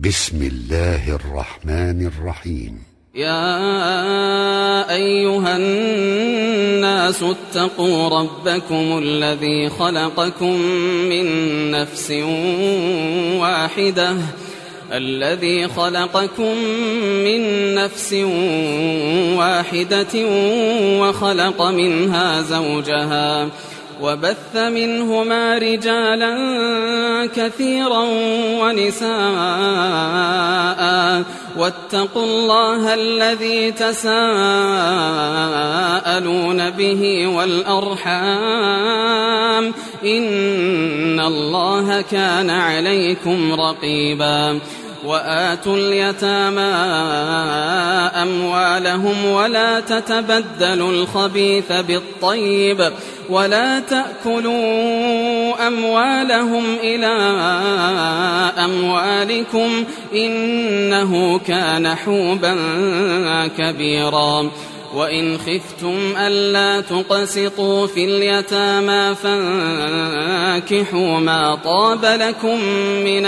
بسم الله الرحمن الرحيم. يا أيها الناس اتقوا ربكم الذي خلقكم من نفس واحدة وخلق منها زوجها وبث منهما رجالا كثيرا ونساء واتقوا الله الذي تساءلون به والأرحام إن الله كان عليكم رقيبا. وآتوا اليتامى أموالهم ولا تتبدلوا الخبيث بالطيب ولا تأكلوا أموالهم إلى أموالكم إنه كان حوبا كبيرا. وإن خفتم ألا تقسطوا في اليتامى فانكحوا ما طاب لكم من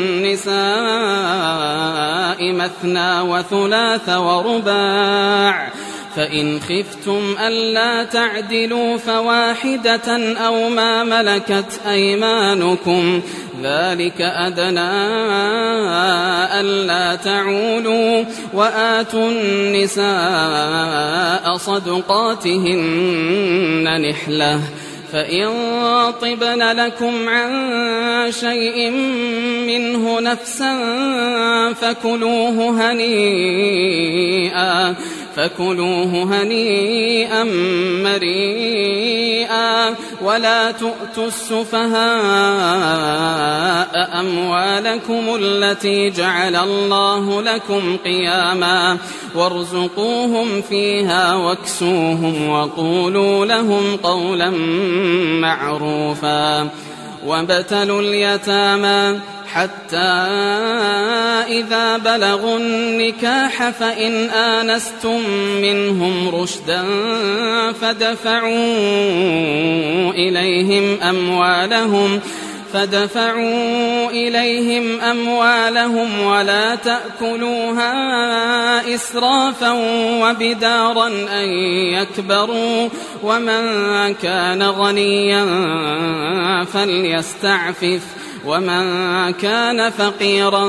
النساء مثنى وثلاث ورباع، فإن خفتم ألا تعدلوا فواحدة أو ما ملكت أيمانكم ذلك أدنى ألا تعولوا. وآتوا النساء صدقاتهن نحلة، فإن طبن لكم عن شيء منه نفسا فكلوه هنيئا مريئا. ولا تؤتوا السفهاء أموالكم التي جعل الله لكم قياما وارزقوهم فيها واكسوهم وقولوا لهم قولا معروفا. وابتلوا اليتامى حتى إذا بلغوا النكاح فإن آنستم منهم رشدا فدفعوا إليهم أموالهم ولا تأكلوها إسرافا وبدارا أن يكبروا. ومن كان غنيا فليستعفف ومن كان فقيرا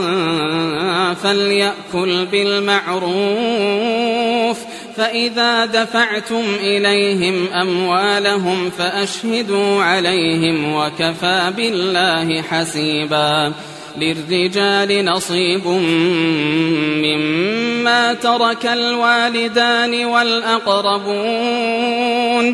فليأكل بالمعروف. فإذا دفعتم إليهم أموالهم فأشهدوا عليهم وكفى بالله حسيبا. للرجال نصيب مما ترك الوالدان والأقربون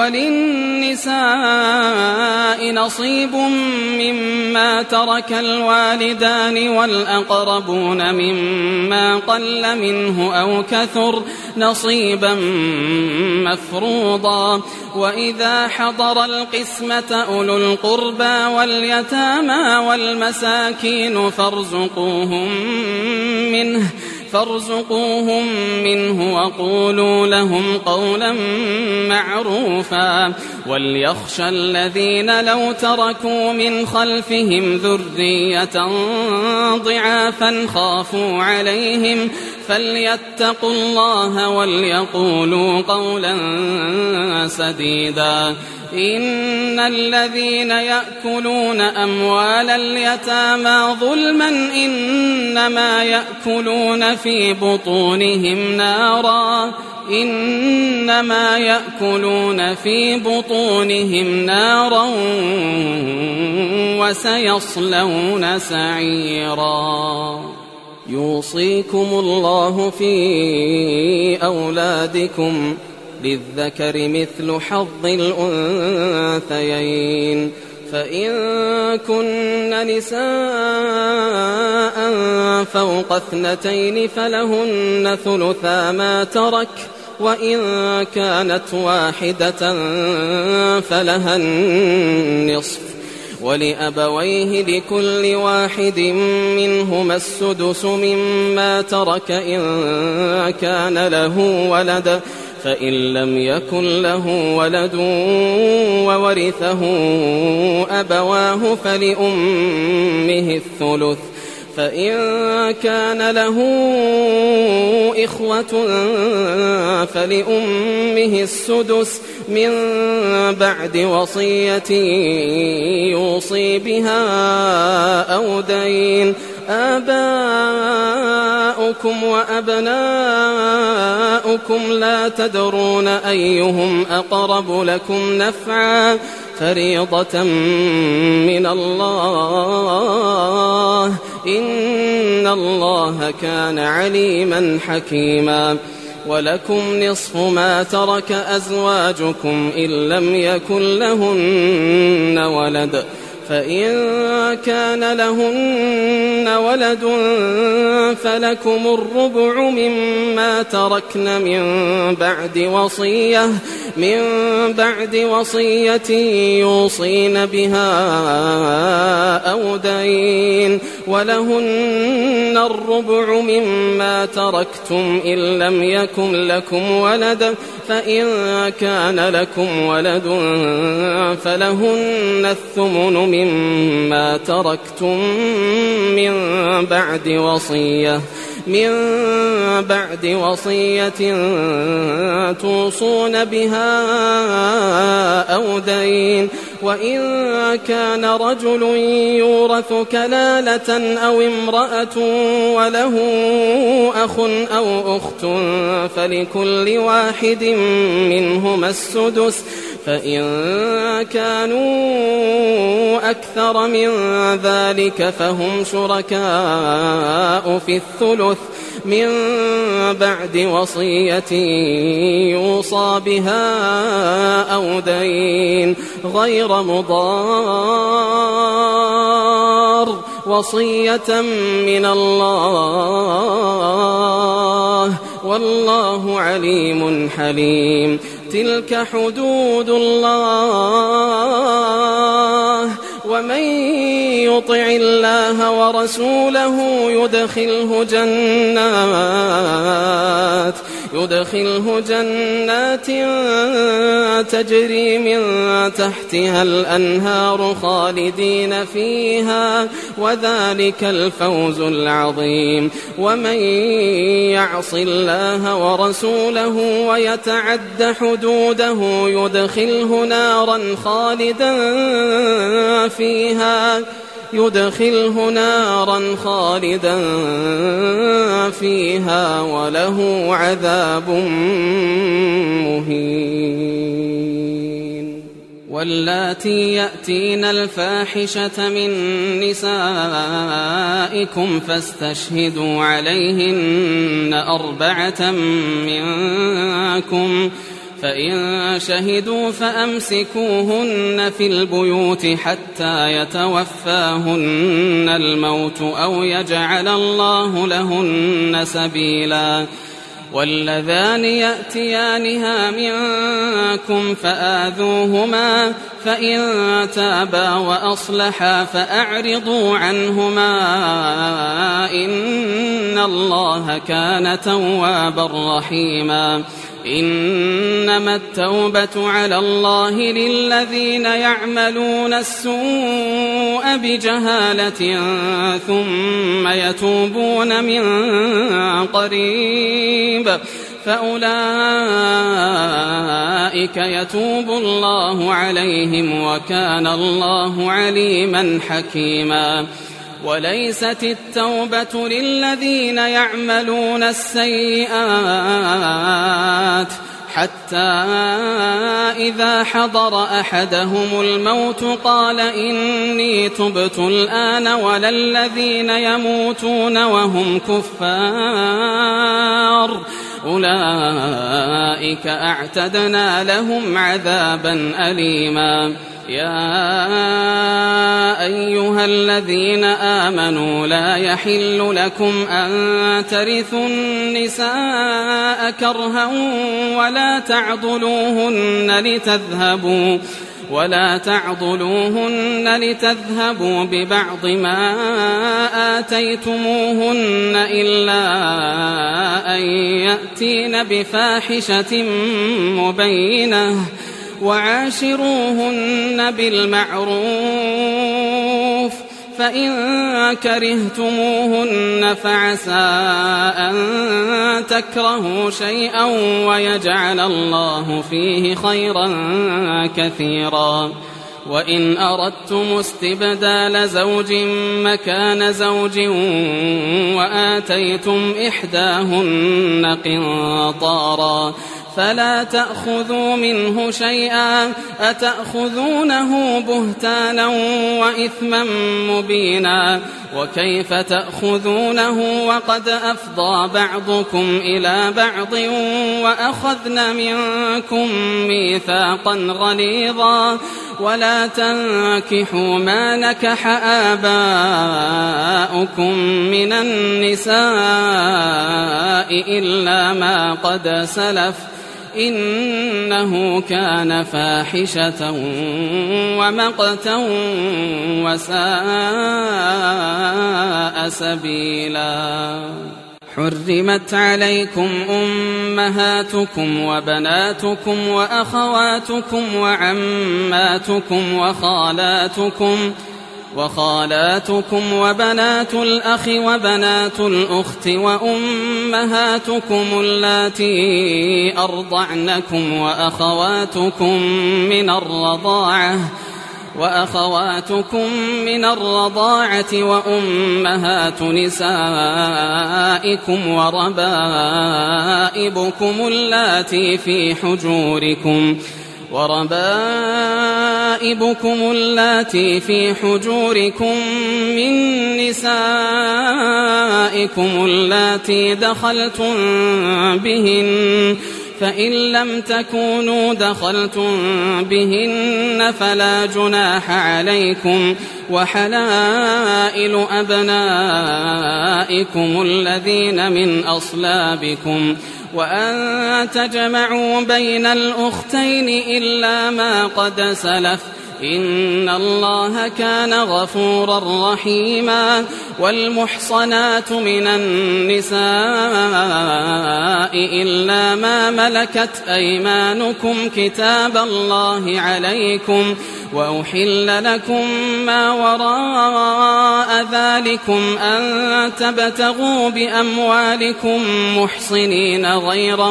وللنساء نصيب مما ترك الوالدان والأقربون مما قل منه أو كثر نصيبا مفروضا. وإذا حضر القسمة أولو القربى واليتامى والمساكين فارزقوهم منه وقولوا لهم قولا معروفا. وليخشى الذين لو تركوا من خلفهم ذرية ضعافا خافوا عليهم فليتقوا الله وليقولوا قولا سديدا. إن الذين يأكلون أموال اليتامى ظلما إنما يأكلون في بطونهم نارا وسيصلون سعيرا. يوصيكم الله في أولادكم للذكر مثل حظ الأنثيين. فإن كن نساء فوق 2 فلهن ثلثا ما ترك، وإن كانت واحدة فلها النصف، ولأبويه لكل واحد منهما السدس مما ترك إن كان له ولد، فإن لم يكن له ولد وورثه أبواه فلأمه الثلث، فإن كان له إخوة فلأمه السدس من بعد وصية يوصي بها أو دين. آباؤكم وأبناؤكم لا تدرون أيهم أقرب لكم نفعا فريضة من الله إن الله كان عليما حكيما. ولكم نصف ما ترك أزواجكم إن لم يكن لهن ولد فإن كان لهن ولد فلكم الربع مما تركن من بعد وصية يوصين بها أو دين. ولهن الربع مما تركتم إن لم يكن لكم ولد فإن كان لكم ولد فلهن الثمن مما تركتم من بعد وصية توصون بها أو دين. وإن كان رجل يورث كلالة أو امرأة وله أخ أو أخت فلكل واحد منهما السدس فإن كانوا أكثر من ذلك فهم شركاء في الثلث من بعد وصية يوصى بها أو دين غير مضار وصية من الله والله عليم حليم. تلك حدود الله ومن يطع الله ورسوله يدخله جنات تجري من تحتها الأنهار خالدين فيها وذلك الفوز العظيم. ومن يعص الله ورسوله ويتعد حدوده يدخله نارا خالدا فيها وله عذاب مهين. واللاتي يأتين الفاحشة من نسائكم فاستشهدوا عليهن 4 منكم فإن شهدوا فأمسكوهن في البيوت حتى يتوفاهن الموت أو يجعل الله لهن سبيلا. واللذان يأتيانها منكم فآذوهما فإن تابا وأصلحا فأعرضوا عنهما إن الله كان توابا رحيما. إنما التوبة على الله للذين يعملون السوء بجهالة ثم يتوبون من قريب فأولئك يتوب الله عليهم وكان الله عليما حكيما. وليست التوبة للذين يعملون السيئات حتى إذا حضر أحدهم الموت قال إني تبت الآن ولا الذين يموتون وهم كفار أولئك أعتدنا لهم عذابا أليما. يا أيها الذين آمنوا لا يحل لكم أن ترثوا النساء كرها ولا تعضلوهن لتذهبوا ببعض ما آتيتموهن إلا أن يأتين بفاحشة مبينة وعاشروهن بالمعروف فإن كرهتموهن فعسى أن تكرهوا شيئا ويجعل الله فيه خيرا كثيرا. وإن أردتم استبدال زوج مكان زوج وآتيتم إحداهن قنطارا فلا تأخذوا منه شيئا أتأخذونه بهتانا وإثما مبينا. وكيف تأخذونه وقد أفضى بعضكم إلى بعض وأخذن منكم ميثاقا غليظا. ولا تنكحوا ما نكح آباؤكم من النساء إلا ما قد سلف إنه كان فاحشة ومقتا وساء سبيلا. حرمت عليكم أمهاتكم وبناتكم وأخواتكم وعماتكم وخالاتكم وبنات الأخ وبنات الأخت وأمهاتكم اللاتي أرضعنكم وأخواتكم من الرضاعة وأمهات نسائكم وربائبكم اللاتي في حجوركم من نسائكم اللاتي دخلتم بهن فإن لم تكونوا دخلتم بهن فلا جناح عليكم. وحلائل أبنائكم الذين من أصلابكم وأن تجمعوا بين الأختين إلا ما قد سلف إن الله كان غفورا رحيما. والمحصنات من النساء إلا ما ملكت أيمانكم كتاب الله عليكم وأحل لكم ما وراء ذلكم أن تبتغوا بأموالكم محصنين غير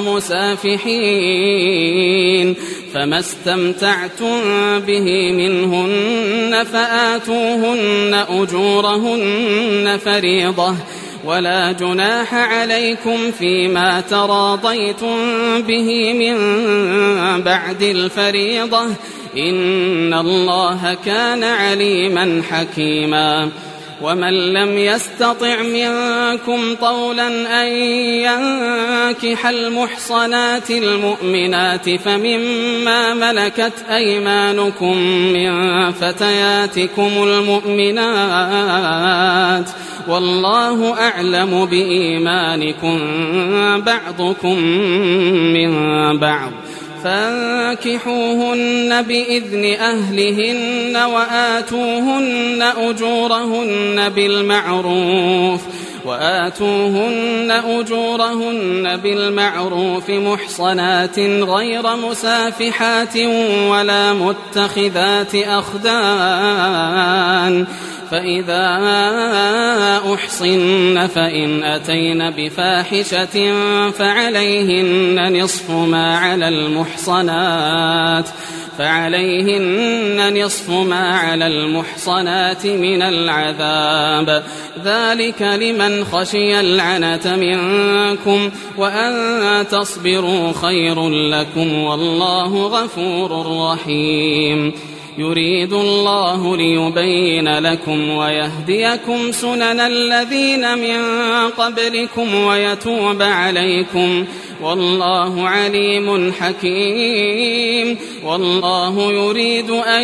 مسافحين فما استمتعتم به منهن فآتوهن أجورهن فريضة ولا جناح عليكم فيما تراضيتم به من بعد الفريضة إن الله كان عليما حكيما. ومن لم يستطع منكم طولا أن ينكح المحصنات المؤمنات فمما ملكت أيمانكم من فتياتكم المؤمنات والله أعلم بإيمانكم بعضكم من بعض فانكحوهن بإذن أهلهن وآتوهن أجورهن بالمعروف محصنات غير مسافحات ولا متخذات أخدان فإذا أحصن فإن أتين بفاحشة فعليهن نصف ما على المحصنات من العذاب ذلك لمن خشي العنة منكم وأن تصبروا خير لكم والله غفور رحيم. يريد الله ليبين لكم ويهديكم سنن الذين من قبلكم ويتوب عليكم والله عليم حكيم. والله يريد أن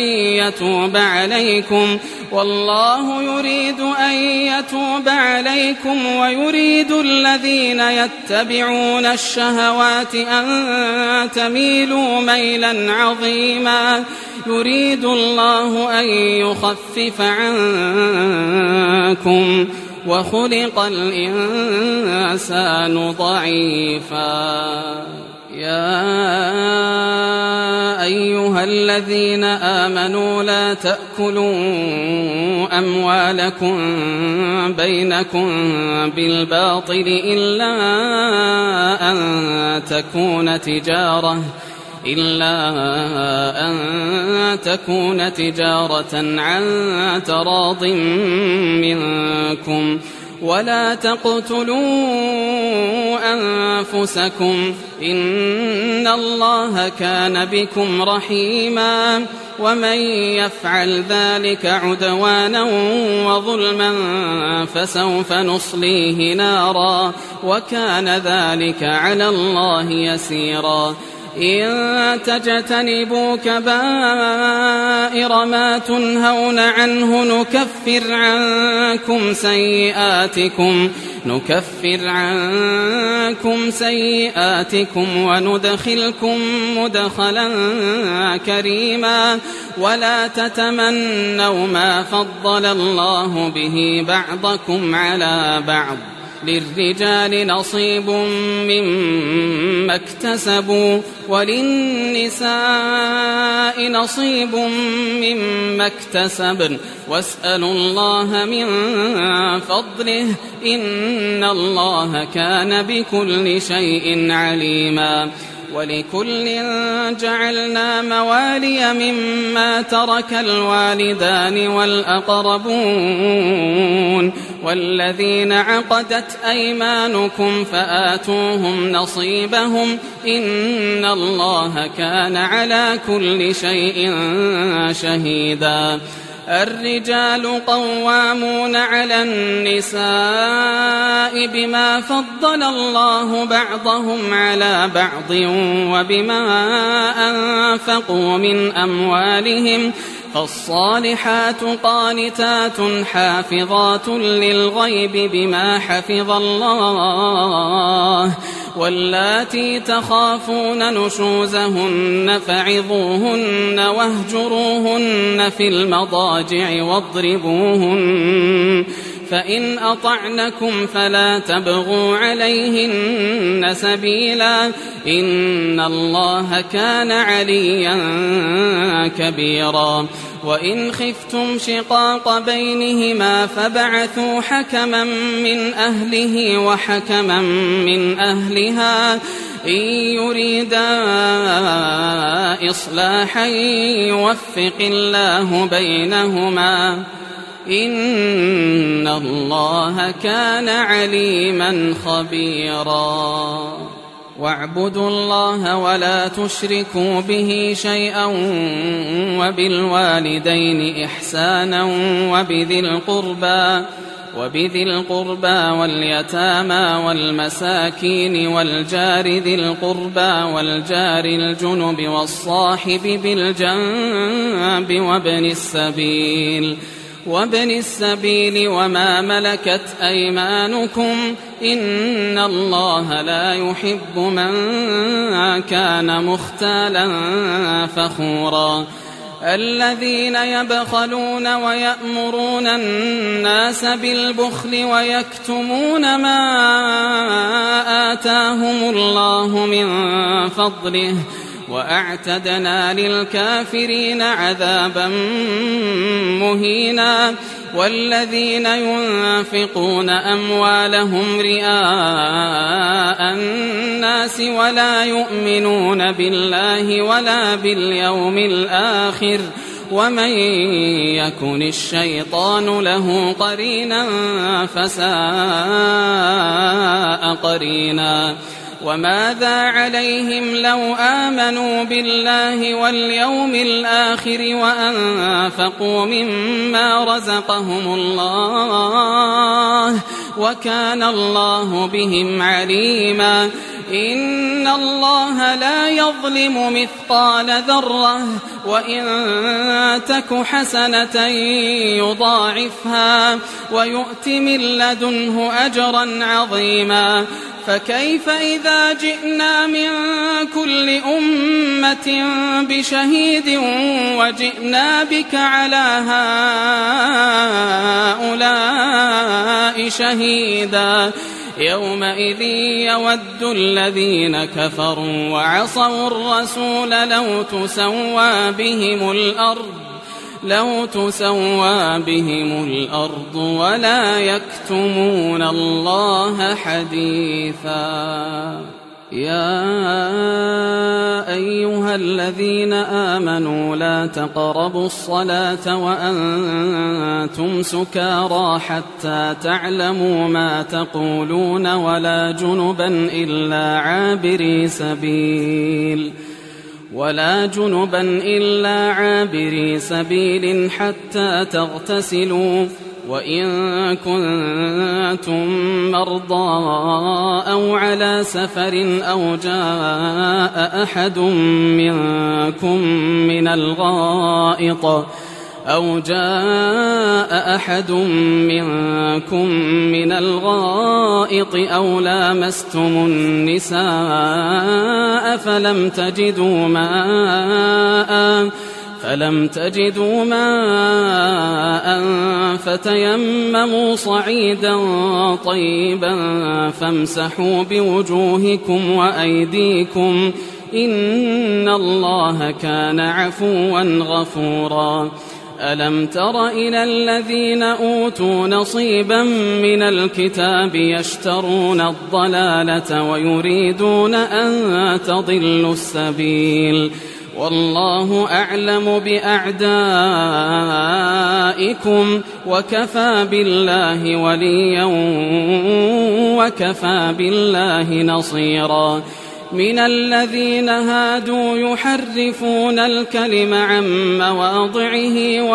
يتوب عليكم ويريد الذين يتبعون الشهوات أن تميلوا ميلا عظيما. يريد الله أن يخفف عنكم وخلق الإنسان ضعيفا. يا أيها الذين آمنوا لا تأكلوا أموالكم بينكم بالباطل إلا أن تكون تجارة عن تراض منكم ولا تقتلوا أنفسكم إن الله كان بكم رحيما ومن يفعل ذلك عدوانا وظلما فسوف نصليه نارا وكان ذلك على الله يسيرا إن تجتنبوا كبائر ما تنهون عنه نكفر عنكم سيئاتكم وندخلكم مدخلا كريما ولا تتمنوا ما فضل الله به بعضكم على بعض للرجال نصيب مما اكتسبوا وللنساء نصيب مما اكتسبن واسألوا الله من فضله إن الله كان بكل شيء عليما ولكل جعلنا موالي مما ترك الوالدان والأقربون والذين عقدت أيمانكم فآتوهم نصيبهم إن الله كان على كل شيء شهيدا الرجال قوامون على النساء بما فضل الله بعضهم على بعض وبما أنفقوا من أموالهم فالصالحات قانتات حافظات للغيب بما حفظ الله واللاتي تخافون نشوزهن فعظوهن واهجروهن في المضاجع واضربوهن فإن أطعنكم فلا تبغوا عليهن سبيلا إن الله كان عليا كبيرا وإن خفتم شقاق بينهما فبعثوا حكما من أهله وحكما من أهلها إن يريدا إصلاحا يوفق الله بينهما إن الله كان عليما خبيرا واعبدوا الله ولا تشركوا به شيئا وبالوالدين إحسانا وبذي القربى واليتامى والمساكين والجار ذي القربى والجار الجنب والصاحب بالجنب وابن السبيل وما ملكت أيمانكم إن الله لا يحب من كان مختالا فخورا الذين يبخلون ويأمرون الناس بالبخل ويكتمون ما آتاهم الله من فضله وأعتدنا للكافرين عذابا مهينا والذين ينفقون أموالهم رئاء الناس ولا يؤمنون بالله ولا باليوم الآخر ومن يكن الشيطان له قرينا فساء قرينا وماذا عليهم لو آمنوا بالله واليوم الآخر وأنفقوا مما رزقهم الله وكان الله بهم عليما إن الله لا يظلم مثقال ذرة وإن تك حسنة يضاعفها ويؤت من لدنه أجرا عظيما فكيف إذا جئنا من كل أمة بشهيد وجئنا بك على هؤلاء شهيدا يومئذ يود الذين كفروا وعصوا الرسول لو تسوى بهم الأرض ولا يكتمون الله حديثا. يا أيها الذين آمنوا لا تقربوا الصلاة وأنتم سكارى حتى تعلموا ما تقولون ولا جنبا إلا عابري سبيل حتى تغتسلوا، وإن كنتم مرضى أو على سفر أو جاء أحد منكم من الغائط أو لامستم النساء فلم تجدوا ماء فتيمموا صعيدا طيبا فامسحوا بوجوهكم وأيديكم إن الله كان عفوا غفورا. ألم تر إلى الذين أوتوا نصيبا من الكتاب يشترون الضلالة ويريدون أن تضلوا السبيل، والله أعلم بأعدائكم وكفى بالله وليا وكفى بالله نصيرا. من الذين هادوا يحرفون الكلم عن مواضعه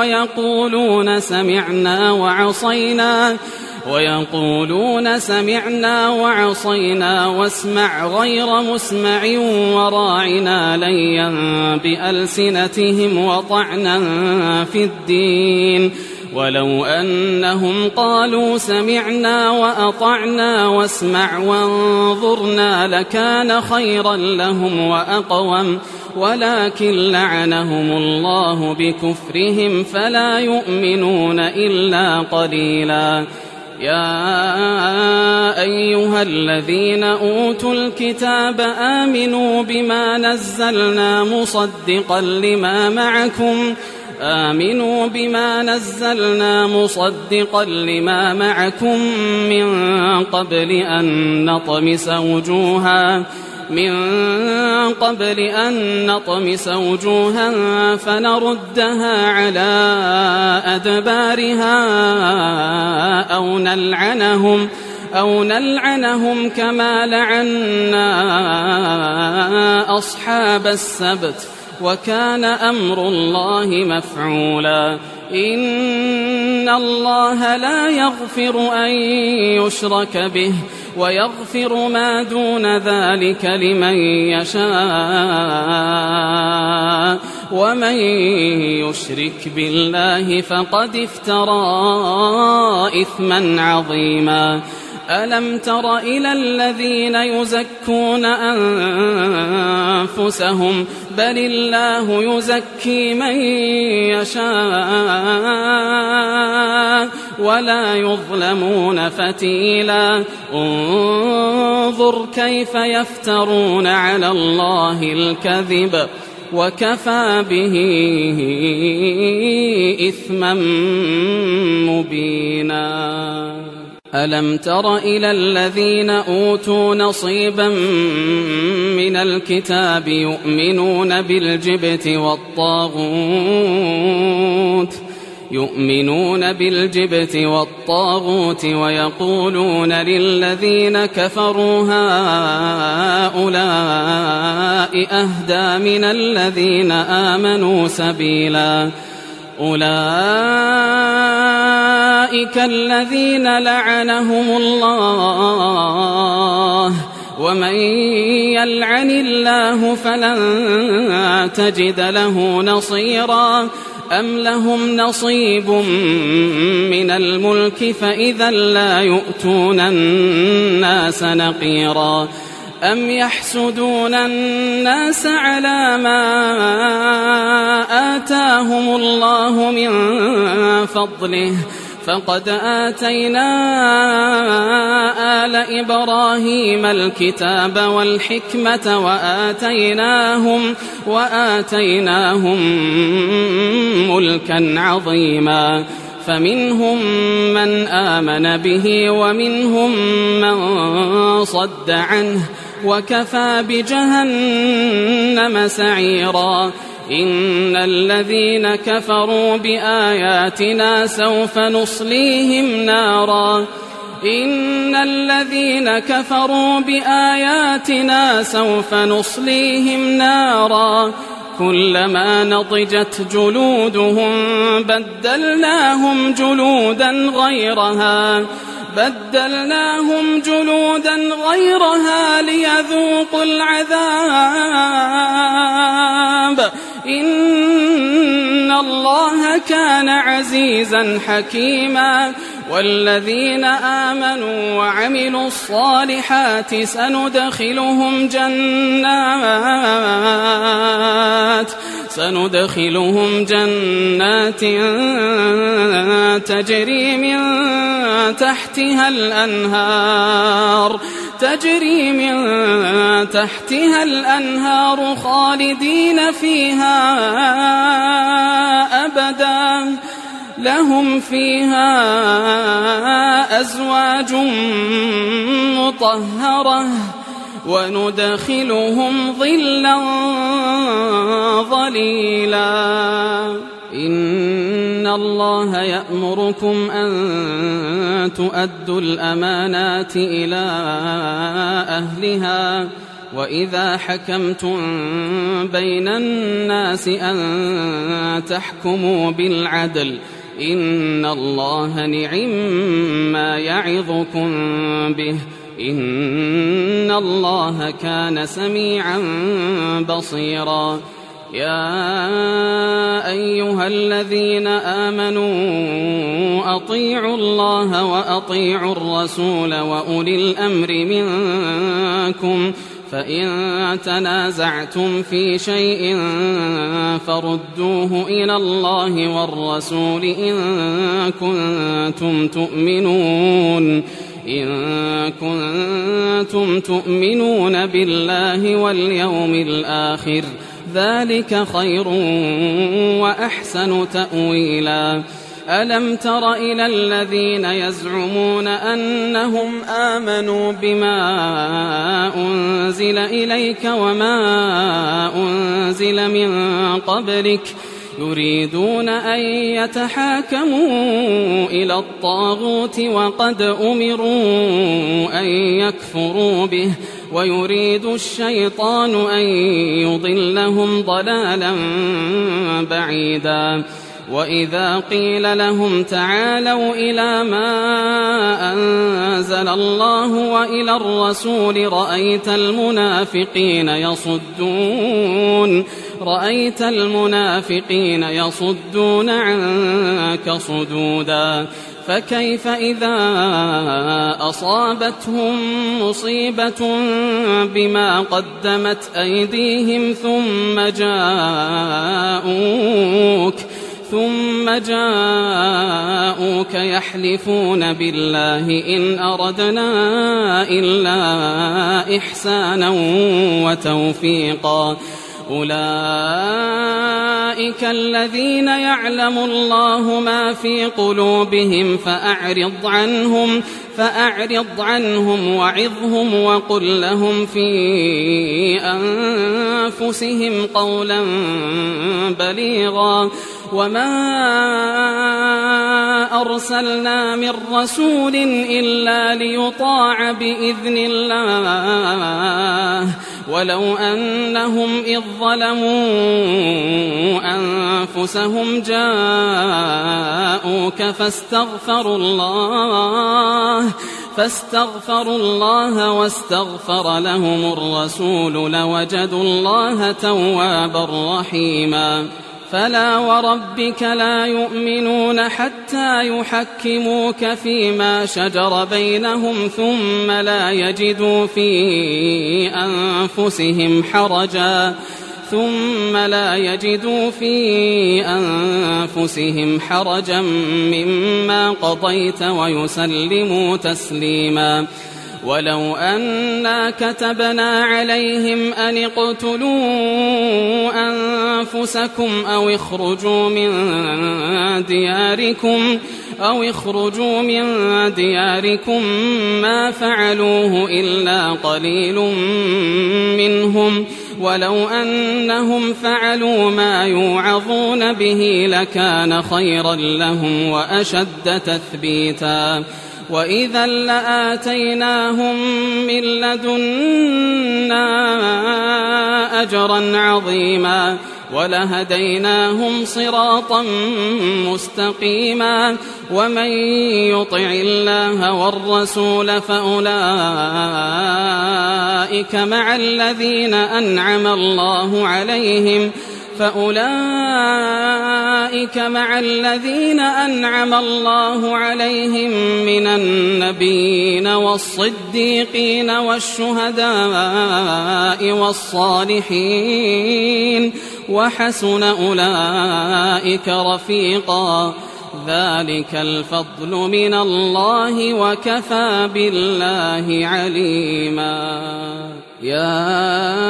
ويقولون سمعنا وعصينا واسمع غير مسمع وراعنا ليا بألسنتهم وطعنا في الدين، ولو أنهم قالوا سمعنا وأطعنا واسمع وانظرنا لكان خيرا لهم وأقوم، ولكن لعنهم الله بكفرهم فلا يؤمنون إلا قليلا. يا أيها الذين أوتوا الكتاب آمنوا بما نزلنا مصدقا لما معكم من قبل أن نطمس وجوها فنردها على أدبارها أو نلعنهم كما لعنا أصحاب السبت، وكان أمر الله مفعولا. إن الله لا يغفر أن يشرك به ويغفر ما دون ذلك لمن يشاء، ومن يشرك بالله فقد افترى إثما عظيما. ألم تر إلى الذين يزكون أنفسهم بل الله يزكي من يشاء ولا يظلمون فتيلا. انظر كيف يفترون على الله الكذب وكفى به إثما مبينا. ألم تر إلى الذين أوتوا نصيبا من الكتاب يؤمنون بالجبت والطاغوت ويقولون للذين كفروا هؤلاء أهدى من الذين آمنوا سبيلا. أولئك الذين لعنهم الله، ومن يلعن الله فلن تجد له نصيرا. أم لهم نصيب من الملك فإذا لا يؤتون الناس نقيرا. أم يحسدون الناس على ما آتاهم الله من فضله فقد آتينا آل إبراهيم الكتاب والحكمة وآتيناهم ملكا عظيما فمنهم من آمن به ومنهم من صد عنه وكفى بجهنم سعيرا إن الذين كفروا بآياتنا سوف نصليهم نارا كلما نضجت جلودهم بدلناهم جلودا غيرها ليذوقوا العذاب إن الله كان عزيزا حكيما والذين آمنوا وعملوا الصالحات سندخلهم جنات تجري من تحتها الأنهار خالدين فيها أبدا لهم فيها أزواج مطهرة وندخلهم ظلا ظليلا إن الله يأمركم أن تؤدوا الأمانات إلى أهلها وإذا حكمتم بين الناس أن تحكموا بالعدل إن الله نعم يعظكم به إن الله كان سميعا بصيرا يا أيها الذين آمنوا أطيعوا الله وأطيعوا الرسول وأولي الأمر منكم فإن تنازعتم في شيء فردوه إلى الله والرسول إن كنتم تؤمنون بالله واليوم الآخر ذلك خير وأحسن تأويلا ألم تر إلى الذين يزعمون أنهم آمنوا بما أنزل إليك وما أنزل من قبلك يريدون أن يتحاكموا إلى الطاغوت وقد أمروا أن يكفروا به ويريد الشيطان أن يضلهم ضلالا بعيدا وإذا قيل لهم تعالوا إلى ما أنزل الله وإلى الرسول رأيت المنافقين يصدون عنك صدودا فكيف إذا أصابتهم مصيبة بما قدمت أيديهم ثم جاءوك يحلفون بالله إن أردنا إلا إحسانا وتوفيقا أولئك الذين يعلم الله ما في قلوبهم فأعرض عنهم وعظهم وقل لهم في أنفسهم قولا بليغا وما أرسلنا من رسول إلا ليطاع بإذن الله ولو أنهم إذ ظلموا أنفسهم جاءوك فاستغفروا الله واستغفر لهم الرسول لوجدوا الله توابا رحيما فلا وربك لا يؤمنون حتى يحكموك فيما شجر بينهم ثم لا يجدوا في أنفسهم حرجا مما قضيت ويسلموا تسليما. ولو أنا كتبنا عليهم أن اقتلوا أنفسكم أو اخرجوا من دياركم ما فعلوه إلا قليل منهم، ولو أنهم فعلوا ما يوعظون به لكان خيرا لهم وأشد تثبيتا. وإذا لآتيناهم من لدنا أجرا عظيما ولهديناهم صراطا مستقيما. ومن يطع الله والرسول فأولئك مع الذين أنعم الله عليهم من النبيين والصديقين والشهداء والصالحين وحسن أولئك رفيقا. ذلك الفضل من الله وكفى بالله عليما. يا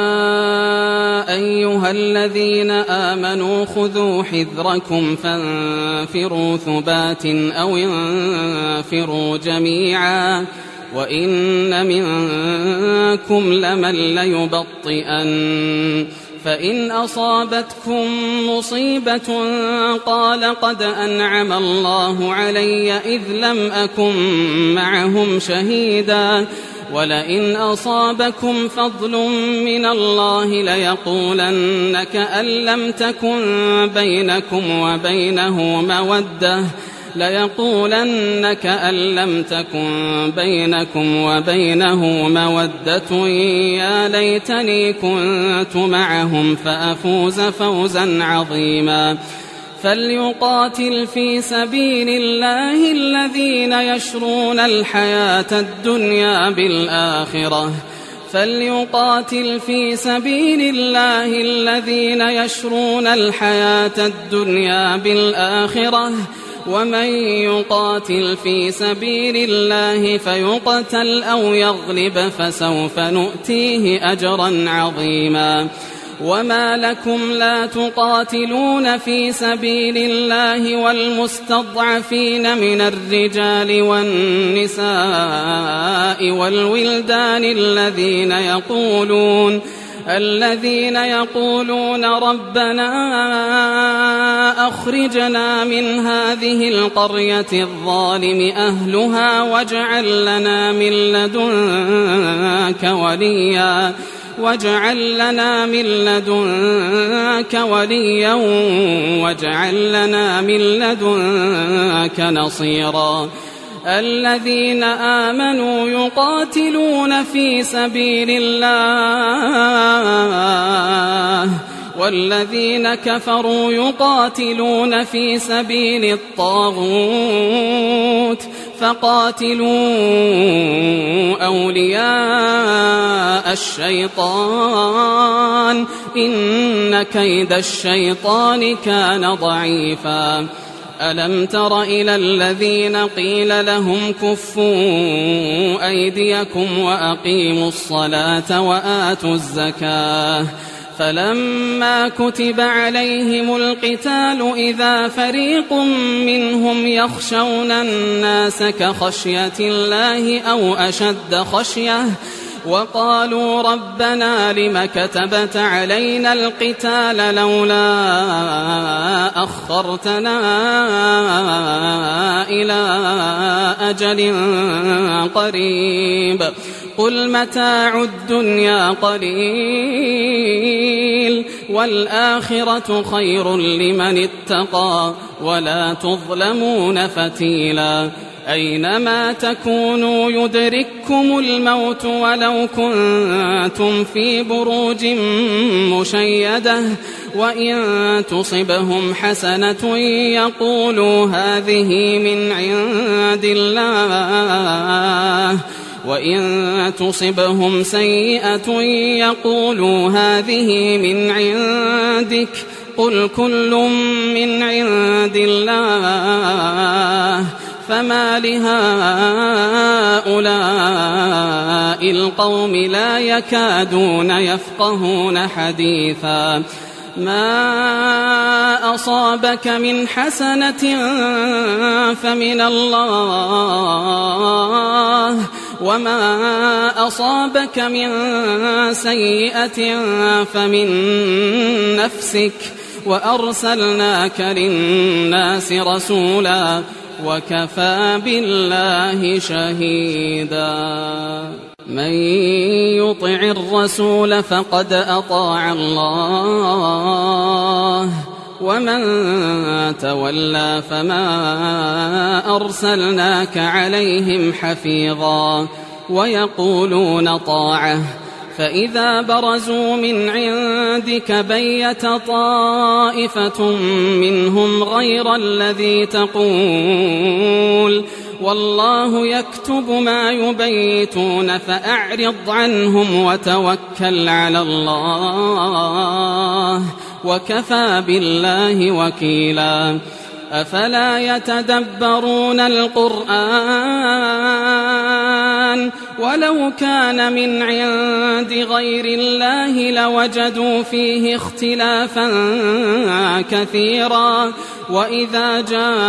أيها الذين آمنوا خذوا حذركم فانفروا ثبات أو انفروا جميعا وإن منكم لمن ليبطئن فإن أصابتكم مصيبة قال قد أنعم الله علي إذ لم أكن معهم شهيدا ولئن أصابكم فضل من الله ليقولن كأن لم تكن بينكم وبينه مودة يا ليتني كنت معهم فأفوز فوزا عظيما. فليقاتل في سبيل الله الذين يشرون الحياة الدنيا بالآخرة ومن يقاتل في سبيل الله فيقتل أو يغلب فسوف نؤتيه أجرا عظيما. وما لكم لا تقاتلون في سبيل الله والمستضعفين من الرجال والنساء والولدان الذين يقولون ربنا أخرجنا من هذه القرية الظالم أهلها واجعل لنا من لدنك وليا واجعل لنا من لدنك نصيرا. الذين آمنوا يقاتلون في سبيل الله والذين كفروا يقاتلون في سبيل الطاغوت فقاتلوا أولياء الشيطان إن كيد الشيطان كان ضعيفا. ألم تر إلى الذين قيل لهم كفوا أيديكم وأقيموا الصلاة وآتوا الزكاة فلما كتب عليهم القتال إذا فريق منهم يخشون الناس كخشية الله أو أشد خشية وقالوا ربنا لم كتبت علينا القتال لولا أخرتنا إلى أجل قريب قل متاع الدنيا قليل والآخرة خير لمن اتقى ولا تظلمون فتيلا. أينما تكونوا يدرككم الموت ولو كنتم في بروج مشيدة وإن تصبهم حسنة يقولوا هذه من عند الله وإن تصبهم سيئة يقولوا هذه من عندك قل كل من عند الله فما لهؤلاء القوم لا يكادون يفقهون حديثا ما أصابك من حسنة فمن الله وما أصابك من سيئة فمن نفسك وأرسلناك للناس رسولا وكفى بالله شهيدا من يطع الرسول فقد أطاع الله ومن تولى فما أرسلناك عليهم حفيظا ويقولون طاعة فإذا برزوا من عندك بيت طائفة منهم غير الذي تقول والله يكتب ما يبيتون فأعرض عنهم وتوكل على الله وكفى بالله وكيلا أفلا يتدبرون القرآن ولو كان من عند غير الله لوجدوا فيه اختلافا كثيرا وإذا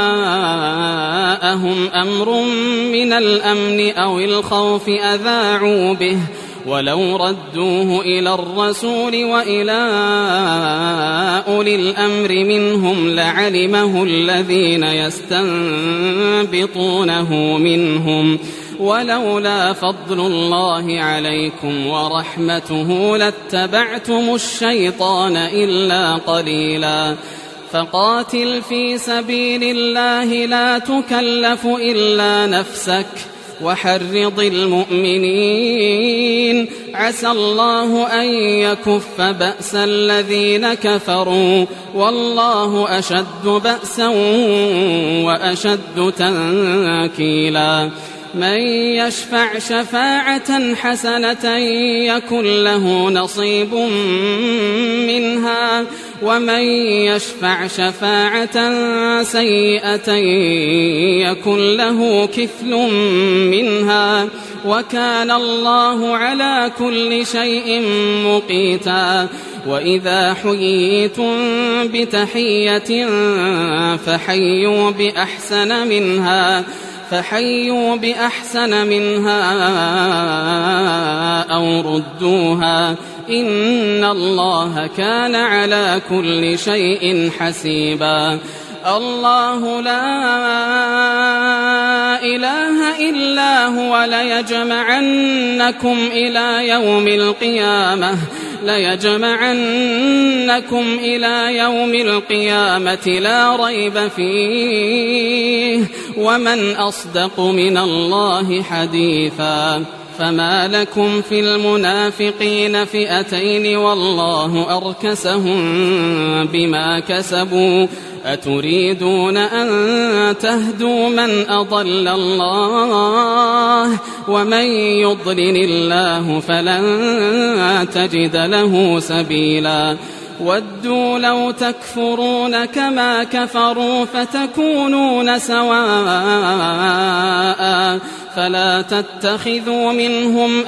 جاءهم أمر من الأمن أو الخوف أذاعوا به ولو ردوه إلى الرسول وإلى أولي الأمر منهم لعلمه الذين يستنبطونه منهم ولولا فضل الله عليكم ورحمته لاتبعتم الشيطان إلا قليلا فقاتل في سبيل الله لا تكلف إلا نفسك وحرض المؤمنين عسى الله أن يكف بأس الذين كفروا والله أشد بأسا وأشد تنكيلا من يشفع شفاعة حسنة يكن له نصيب منها ومن يشفع شفاعة سيئة يكن له كفل منها وكان الله على كل شيء مقيتا وإذا حييتم بتحية فحيوا بأحسن منها أو ردوها إن الله كان على كل شيء حسيبا الله لا إله إلا هو ليجمعنكم إلى يوم القيامة لا ريب فيه ومن أصدق من الله حديثا فما لكم في المنافقين فئتين والله أركسهم بما كسبوا أتريدون أن تهدوا من أضل الله ومن يضلل الله فلن تجد له سبيلا ودوا لو تكفرون كما كفروا فتكونون سواء فلا تتخذوا منهم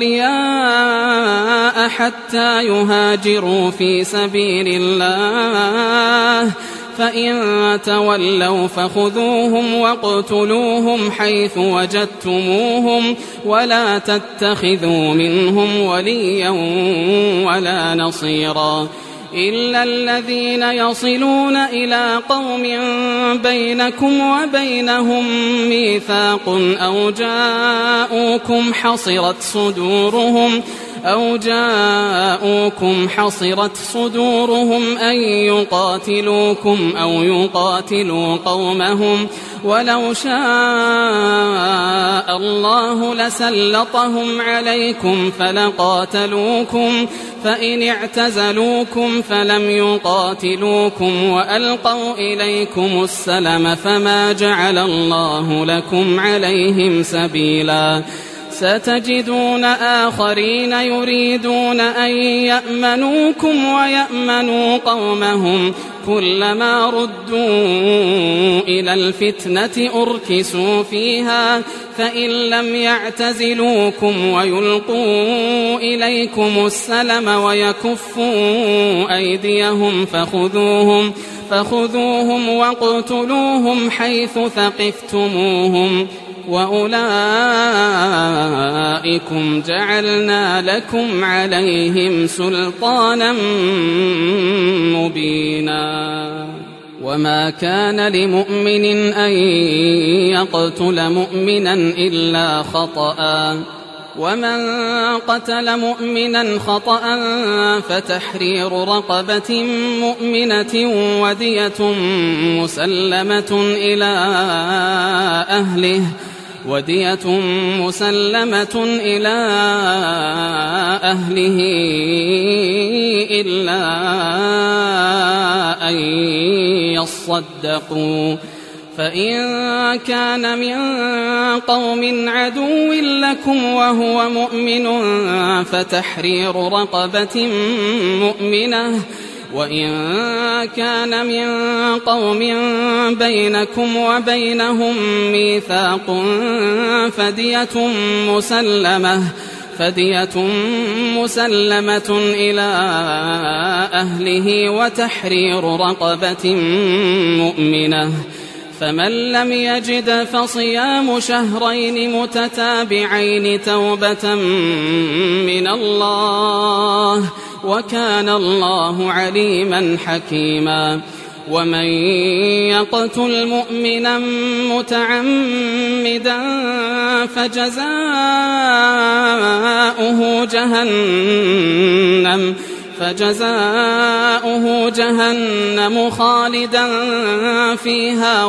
أولياء حتى يهاجروا في سبيل الله فإن تولوا فخذوهم واقتلوهم حيث وجدتموهم ولا تتخذوا منهم وليا ولا نصيرا إلا الذين يصلون إلى قوم بينكم وبينهم ميثاق أو جاءوكم حصرت صدورهم أن يقاتلوكم أو يقاتلوا قومهم ولو شاء الله لسلطهم عليكم فلقاتلوكم فإن اعتزلوكم فلم يقاتلوكم وألقوا إليكم السلم فما جعل الله لكم عليهم سبيلا ستجدون آخرين يريدون أن يأمنوكم ويأمنوا قومهم كلما ردوا إلى الفتنة أركسوا فيها فإن لم يعتزلوكم ويلقوا إليكم السلم ويكفوا أيديهم فخذوهم واقتلوهم حيث ثقفتموهم وأولئكم جعلنا لكم عليهم سلطانا مبينا وما كان لمؤمن أن يقتل مؤمنا إلا خطأ ومن قتل مؤمنا خطأ فتحرير رقبة مؤمنة ودية مسلمة إلى أهله إلا أن يصدقوا فإن كان من قوم عدو لكم وهو مؤمن فتحرير رقبة مؤمنة وإن كان من قوم بينكم وبينهم ميثاق فدية مسلمة إلى أهله وتحرير رقبة مؤمنة فمن لم يجد فصيام شهرين متتابعين توبة من الله وكان الله عليما حكيما ومن يقتل مؤمنا متعمدا فجزاؤه جهنم خالدا فيها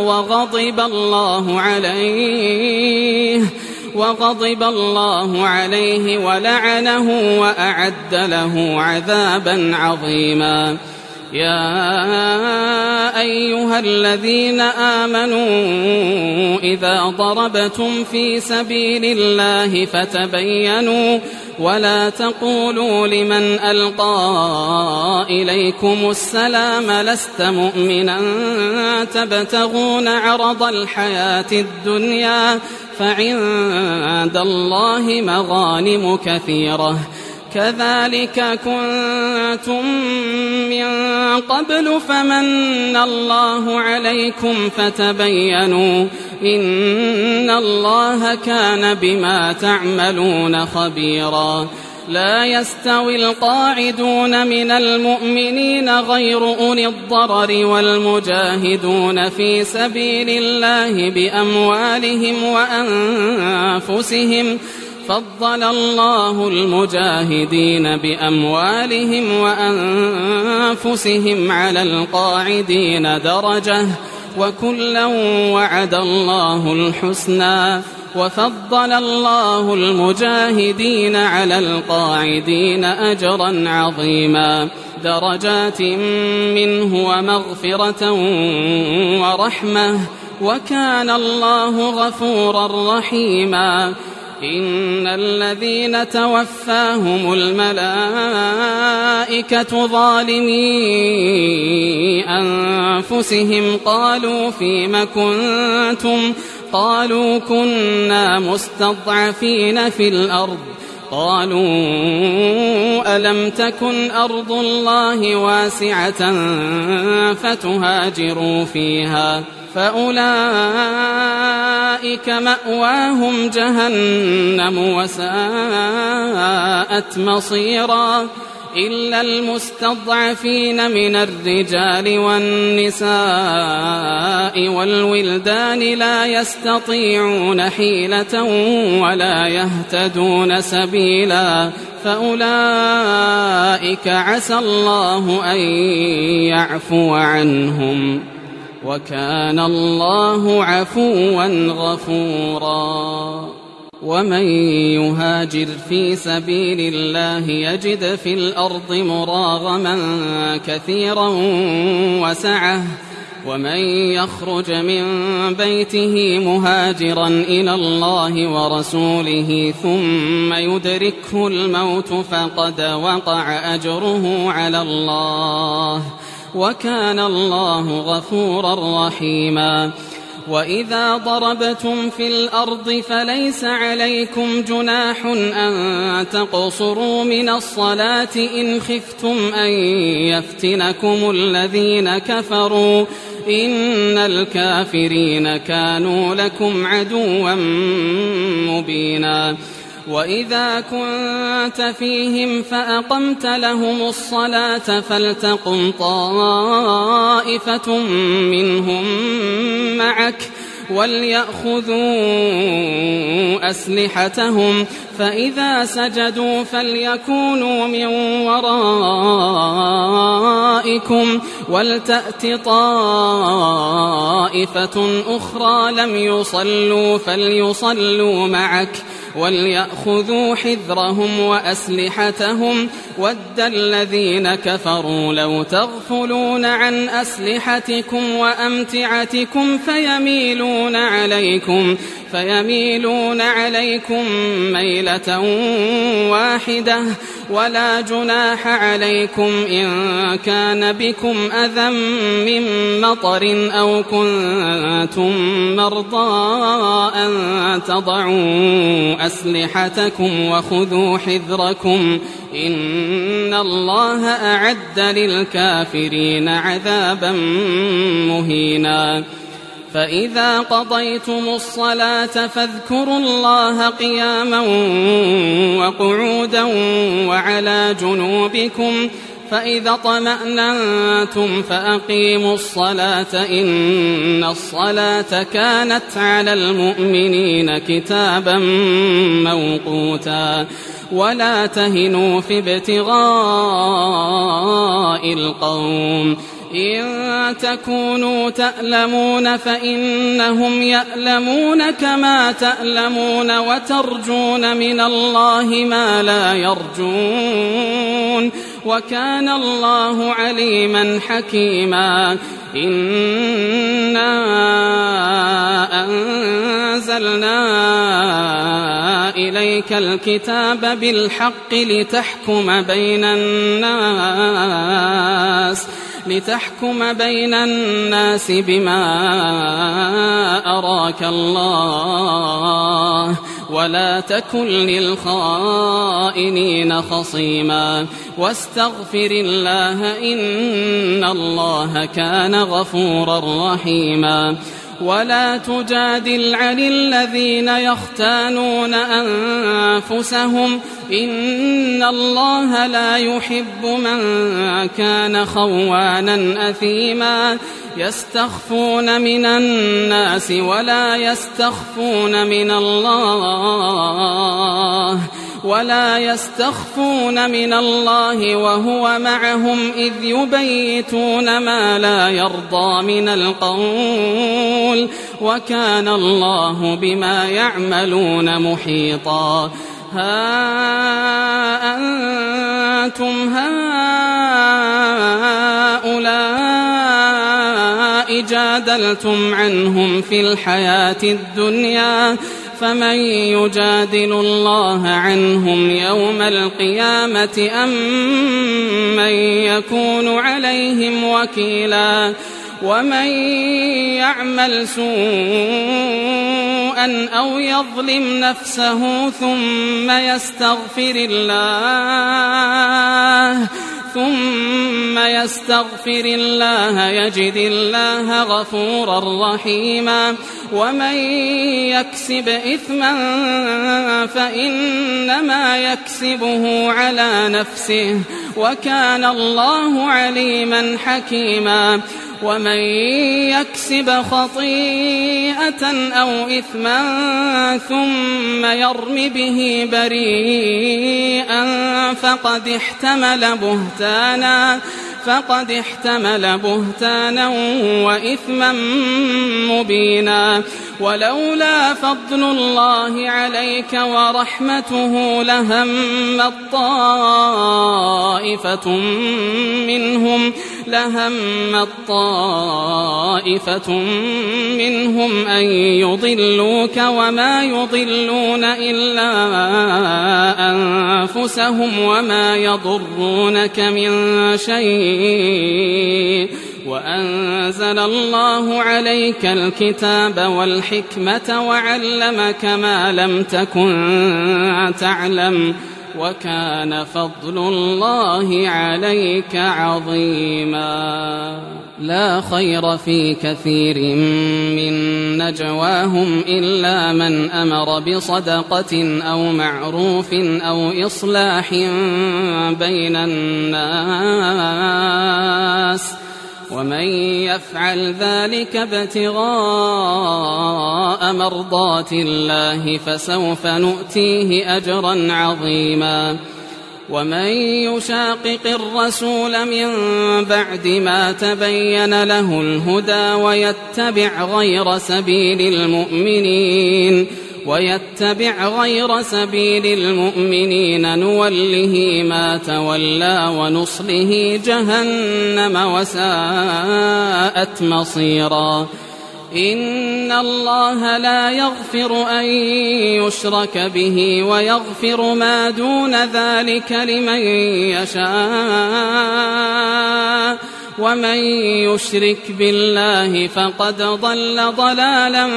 وغضب الله عليه ولعنه وأعد له عذابا عظيما يا أيها الذين آمنوا إذا ضربتم في سبيل الله فتبينوا ولا تقولوا لمن ألقى إليكم السلام لست مؤمنا تبتغون عرض الحياة الدنيا فعند الله مغانم كثيرة كذلك كنتم من قبل فمن الله عليكم فتبينوا إن الله كان بما تعملون خبيرا لا يستوي القاعدون من المؤمنين غير أولي الضرر والمجاهدون في سبيل الله بأموالهم وأنفسهم فضل الله المجاهدين بأموالهم وأنفسهم على القاعدين درجة وكلا وعد الله الحسنى وفضل الله المجاهدين على القاعدين أجرا عظيما درجات منه ومغفرة ورحمة وكان الله غفورا رحيما إن الذين توفاهم الملائكة ظالمي أنفسهم قالوا فيم كنتم قالوا كنا مستضعفين في الأرض قالوا ألم تكن أرض الله واسعة فتهاجروا فيها فأولئك مأواهم جهنم وساءت مصيرا إلا المستضعفين من الرجال والنساء والولدان لا يستطيعون حيلة ولا يهتدون سبيلا فأولئك عسى الله أن يعفو عنهم وكان الله عفوا غفورا ومن يهاجر في سبيل الله يجد في الأرض مراغما كثيرا وسعة ومن يخرج من بيته مهاجرا إلى الله ورسوله ثم يدركه الموت فقد وقع أجره على الله وكان الله غفورا رحيما. وإذا ضربتم في الأرض فليس عليكم جناح أن تقصروا من الصلاة إن خفتم أن يفتنكم الذين كفروا إن الكافرين كانوا لكم عدوا مبينا. وإذا كنت فيهم فأقمت لهم الصلاة فلتقم طائفة منهم معك وليأخذوا أسلحتهم فإذا سجدوا فليكونوا من ورائكم ولتأت طائفة أخرى لم يصلوا فليصلوا معك وليأخذوا حذرهم وأسلحتهم ود الذين كفروا لو تغفلون عن أسلحتكم وأمتعتكم فيميلون عليكم ميلة واحدة ولا جناح عليكم إن كان بكم أذى من مطر أو كنتم مرضى أن تضعوا أسلحتكم وخذوا حذركم إن الله أعد للكافرين عذابا مهينا. فإذا قضيتم الصلاة فاذكروا الله قياما وقعودا وعلى جنوبكم فإذا اطمأننتم فأقيموا الصلاة إن الصلاة كانت على المؤمنين كتابا موقوتا. ولا تهنوا في ابتغاء القوم إن تكونوا تألمون فإنهم يألمون كما تألمون وترجون من الله ما لا يرجون وكان الله عليما حكيما. إنا أنزلنا إليك الكتاب بالحق لتحكم بين الناس بما أراك الله ولا تكن للخائنين خصيما واستغفر الله إن الله كان غفورا رحيما. ولا تجادل عن الذين يختانون أنفسهم إن الله لا يحب من كان خوانا أثيما. يستخفون من الناس ولا يستخفون من الله وهو معهم إذ يبيتون ما لا يرضى من القول وكان الله بما يعملون محيطا. ها أنتم هؤلاء جادلتم عنهم في الحياة الدنيا فمن يجادل الله عنهم يوم القيامة أم من يكون عليهم وكيلا. ومن يعمل سوءا أو يظلم نفسه ثم يستغفر الله يجد الله غفورا رحيما. ومن يكسب إثما فإنما يكسبه على نفسه وكان الله عليما حكيما. ومن يكسب خطيئة أو إثما ثم يرم به بريئا فقد احتمل بهتانا وإثما مبينا. ولولا فضل الله عليك ورحمته لهمت طائفة منهم أن يضلوك وما يضلون إلا أنفسهم وما يضرونك من شيء وأنزل الله عليك الكتاب والحكمة وعلمك ما لم تكن تعلم وكان فضل الله عليك عظيما. لا خير في كثير من نجواهم إلا من أمر بصدقة أو معروف أو إصلاح بين الناس ومن يفعل ذلك ابتغاء مرضات الله فسوف نؤتيه أجرا عظيما. ومن يشاقق الرسول من بعد ما تبين له الهدى ويتبع غير سبيل المؤمنين نوله ما تولى ونصله جهنم وساءت مصيرا. إن الله لا يغفر أن يشرك به ويغفر ما دون ذلك لمن يشاء ومن يشرك بالله فقد ضل ضلالا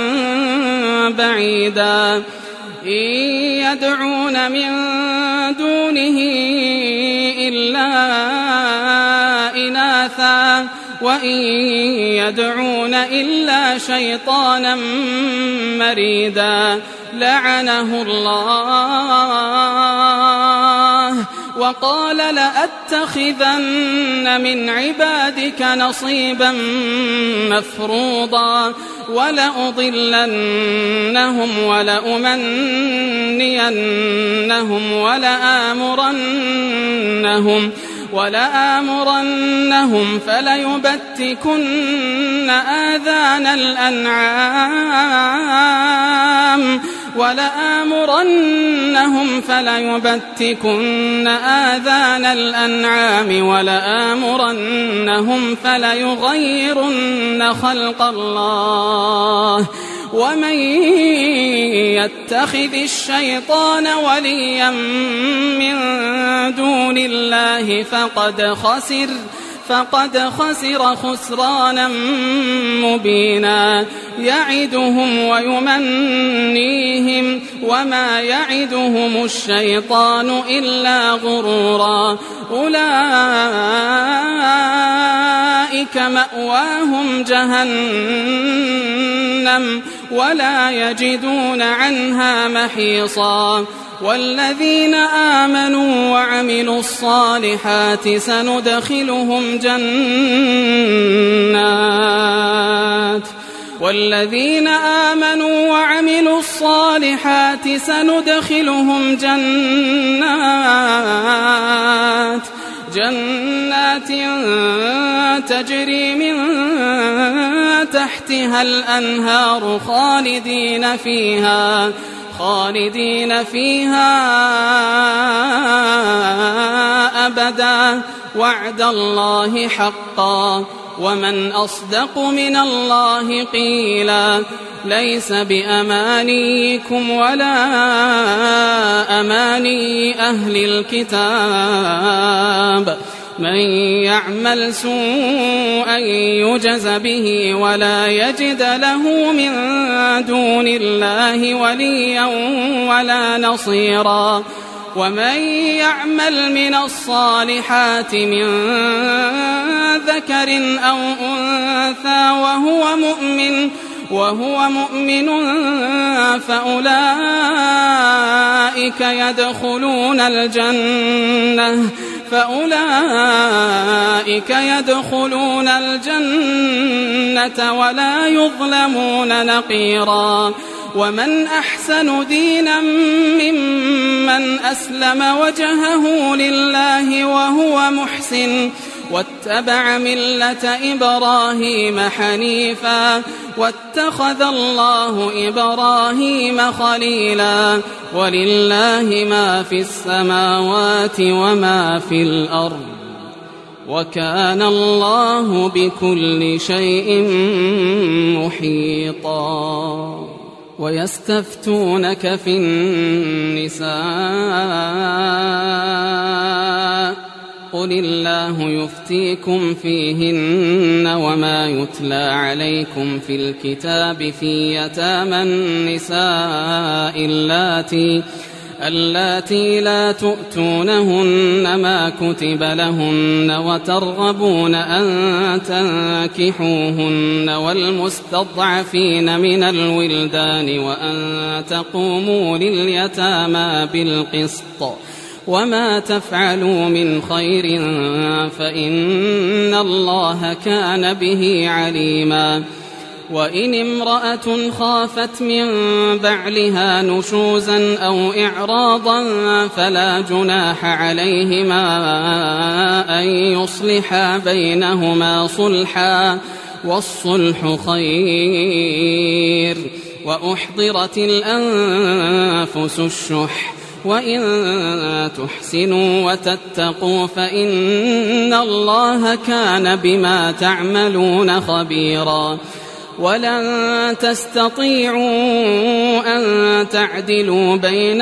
بعيدا. إن يدعون من دونه إلا إناثا وإن يدعون إلا شيطانا مريدا لعنه الله وقال لأتخذن من عبادك نصيبا مفروضا ولأضلنهم ولأمنينهم ولآمرنهم فليبتكن آذان الأنعام ولآمرنهم فليغيرن خلق الله ومن يتخذ الشيطان وليا من دون الله فقد خسر خسرانا مبينا. يعدهم ويمنيهم وما يعدهم الشيطان إلا غرورا. أولئك مأواهم جهنم ولا يجدون عنها محيصا. والذين آمنوا وعملوا الصالحات سندخلهم جنات تجري من تحتها الأنهار خالدين فيها أبدا وعد الله حقا ومن أصدق من الله قيلا. ليس بأمانيكم ولا أماني أهل الكتاب من يعمل سوءا يجز به ولا يجد له من دون الله وليا ولا نصيرا. ومن يعمل من الصالحات من ذكر أو أنثى وهو مؤمن فأولئك يدخلون الجنة ولا يظلمون نقيرا. ومن أحسن دينا ممن أسلم وجهه لله وهو محسن واتبع ملة إبراهيم حنيفا واتخذ الله إبراهيم خليلا. ولله ما في السماوات وما في الأرض وكان الله بكل شيء محيطا. ويستفتونك في النساء قل الله يفتيكم فيهن وما يتلى عليكم في الكتاب في يتامى النساء اللاتي لا تؤتونهن ما كتب لهن وترغبون أن تنكحوهن والمستضعفين من الولدان وأن تقوموا لليتامى بالقسط وما تفعلوا من خير فإن الله كان به عليما. وإن امرأة خافت من بعلها نشوزا أو إعراضا فلا جناح عليهما أن يصلحا بينهما صلحا والصلح خير. وأحضرت الأنفس الشح وإن تحسنوا وتتقوا فإن الله كان بما تعملون خبيرا. ولن تستطيعوا أن تعدلوا بين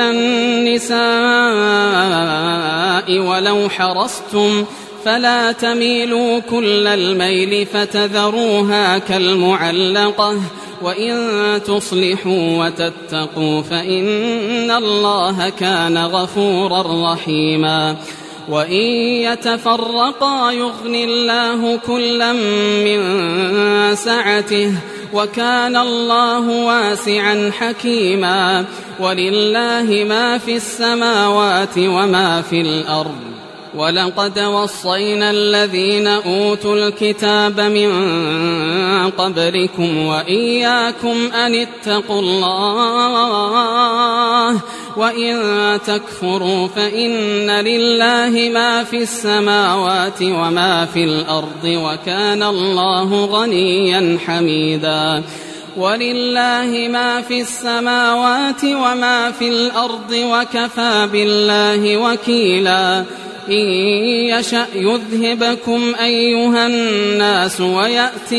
النساء ولو حرصتم فلا تميلوا كل الميل فتذروها كالمعلقة وإن تصلحوا وتتقوا فإن الله كان غفورا رحيما. وإن يتفرقا يغن الله كلا من سعته وكان الله واسعا حكيما. ولله ما في السماوات وما في الأرض. ولقد وصينا الذين أوتوا الكتاب من قبلكم وإياكم أن اتقوا الله وإن تكفروا فإن لله ما في السماوات وما في الأرض وكان الله غنيا حميدا. ولله ما في السماوات وما في الأرض وكفى بالله وكيلا. إن يشأ يذهبكم أيها الناس ويأت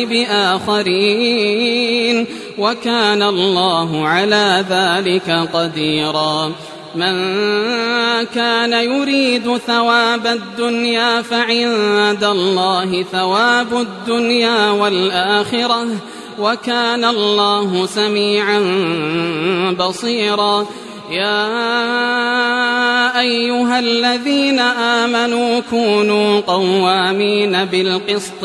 بآخرين وكان الله على ذلك قديرا. من كان يريد ثواب الدنيا فعند الله ثواب الدنيا والآخرة وكان الله سميعا بصيرا. يا أيها الذين آمنوا كونوا قوامين بالقسط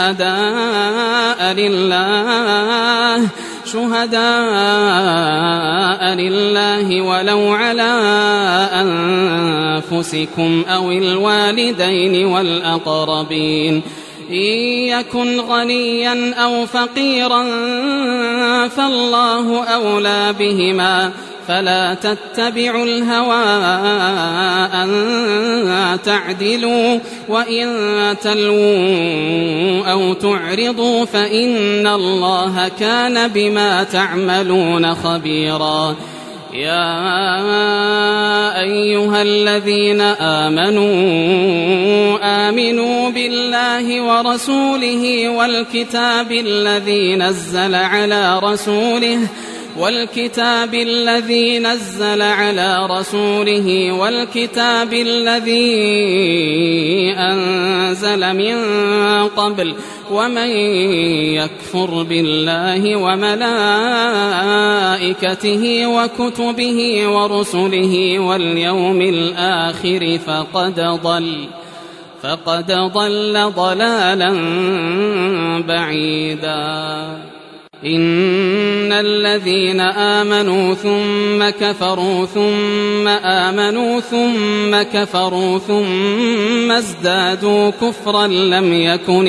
شهداء لله ولو على أنفسكم أو الوالدين والأقربين. إن يكن غنيا أو فقيرا فالله أولى بهما فلا تتبعوا الهوى أن تعدلوا وإن تلووا أو تعرضوا فإن الله كان بما تعملون خبيرا. يا أيها الذين آمنوا بالله ورسوله والكتاب الذي نزل على رسوله والكتاب الذي أنزل من قبل ومن يكفر بالله وملائكته وكتبه ورسله واليوم الآخر فقد ضل ضلالا بعيدا. إن الذين آمنوا ثم كفروا ثم آمنوا ثم كفروا ثم ازدادوا كفرا لم يكن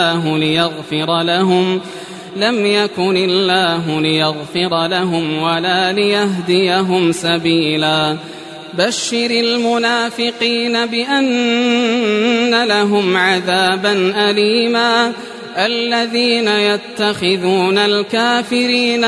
الله ليغفر لهم ولا ليهديهم سبيلا. بشر المنافقين بأن لهم عذابا أليما. الذين يتخذون الكافرين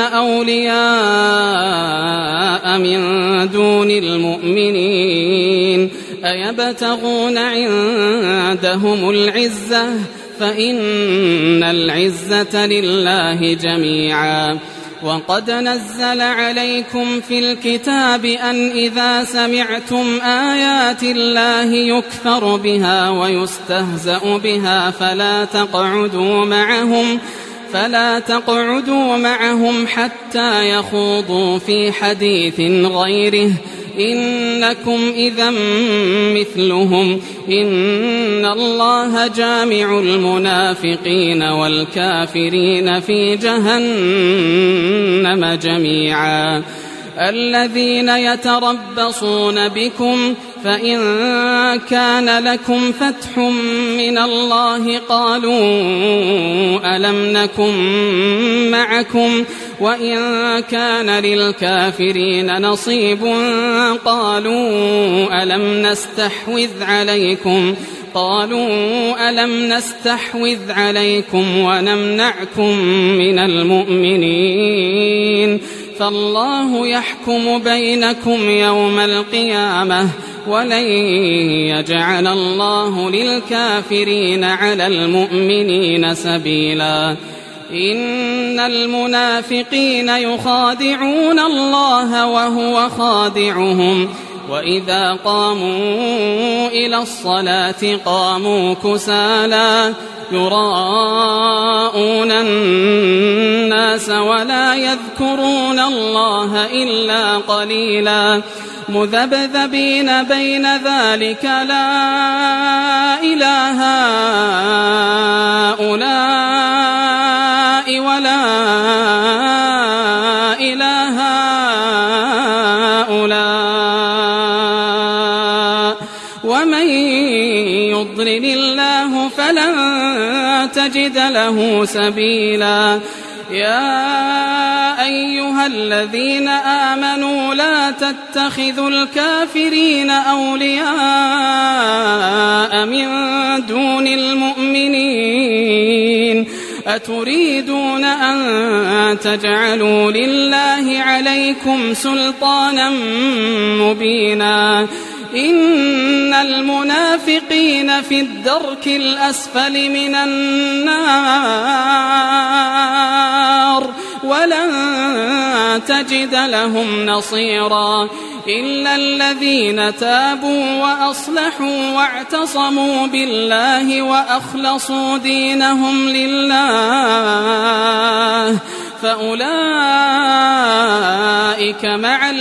أولياء من دون المؤمنين أيبتغون عندهم العزة فإن العزة لله جميعا. وقد نزل عليكم في الكتاب أن إذا سمعتم آيات الله يكفر بها ويستهزأ بها فلا تقعدوا معهم حتى يخوضوا في حديث غيره إنكم إذا مثلهم إن الله جامع المنافقين والكافرين في جهنم جميعا. الذين يتربصون بكم فإن كان لكم فتح من الله قالوا ألم نكن معكم وإن كان للكافرين نصيب قالوا ألم نستحوذ عليكم ونمنعكم من المؤمنين فالله يحكم بينكم يوم القيامة ولن يجعل الله للكافرين على المؤمنين سبيلا. إن المنافقين يخادعون الله وهو خادعهم وإذا قاموا إلى الصلاة قاموا كسالى يراءون الناس ولا يذكرون الله إلا قليلا مذبذبين بين ذلك لا إله هؤلاء ولا إله هؤلاء ومن يضلل الله فلن تجد له سبيلا. يا أيها الذين آمنوا لا تتخذوا الكافرين أولياء من دون المؤمنين أتريدون أن تجعلوا لله عليكم سلطانا مبينا. إن المنافقين في الدرك الأسفل من النار ولن تجد لهم نصيرا إلا الذين تابوا وأصلحوا واعتصموا بالله وأخلصوا دينهم لله فأولئك مع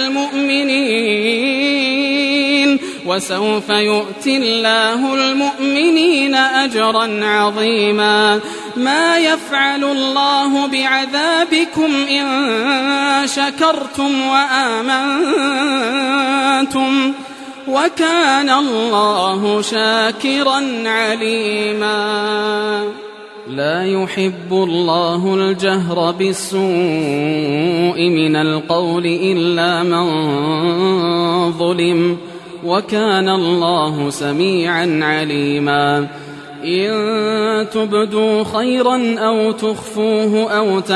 المؤمنين وسوف يؤتي الله المؤمنين أجرا عظيما. ما يفعل الله بعذابكم إن شكرتم وآمنتم وكان الله شاكرا عليما. لا يحب الله الجهر بالسوء من القول إلا من ظلم وكان الله سميعا عليما. إن تبدوا خيرا أو تخفوه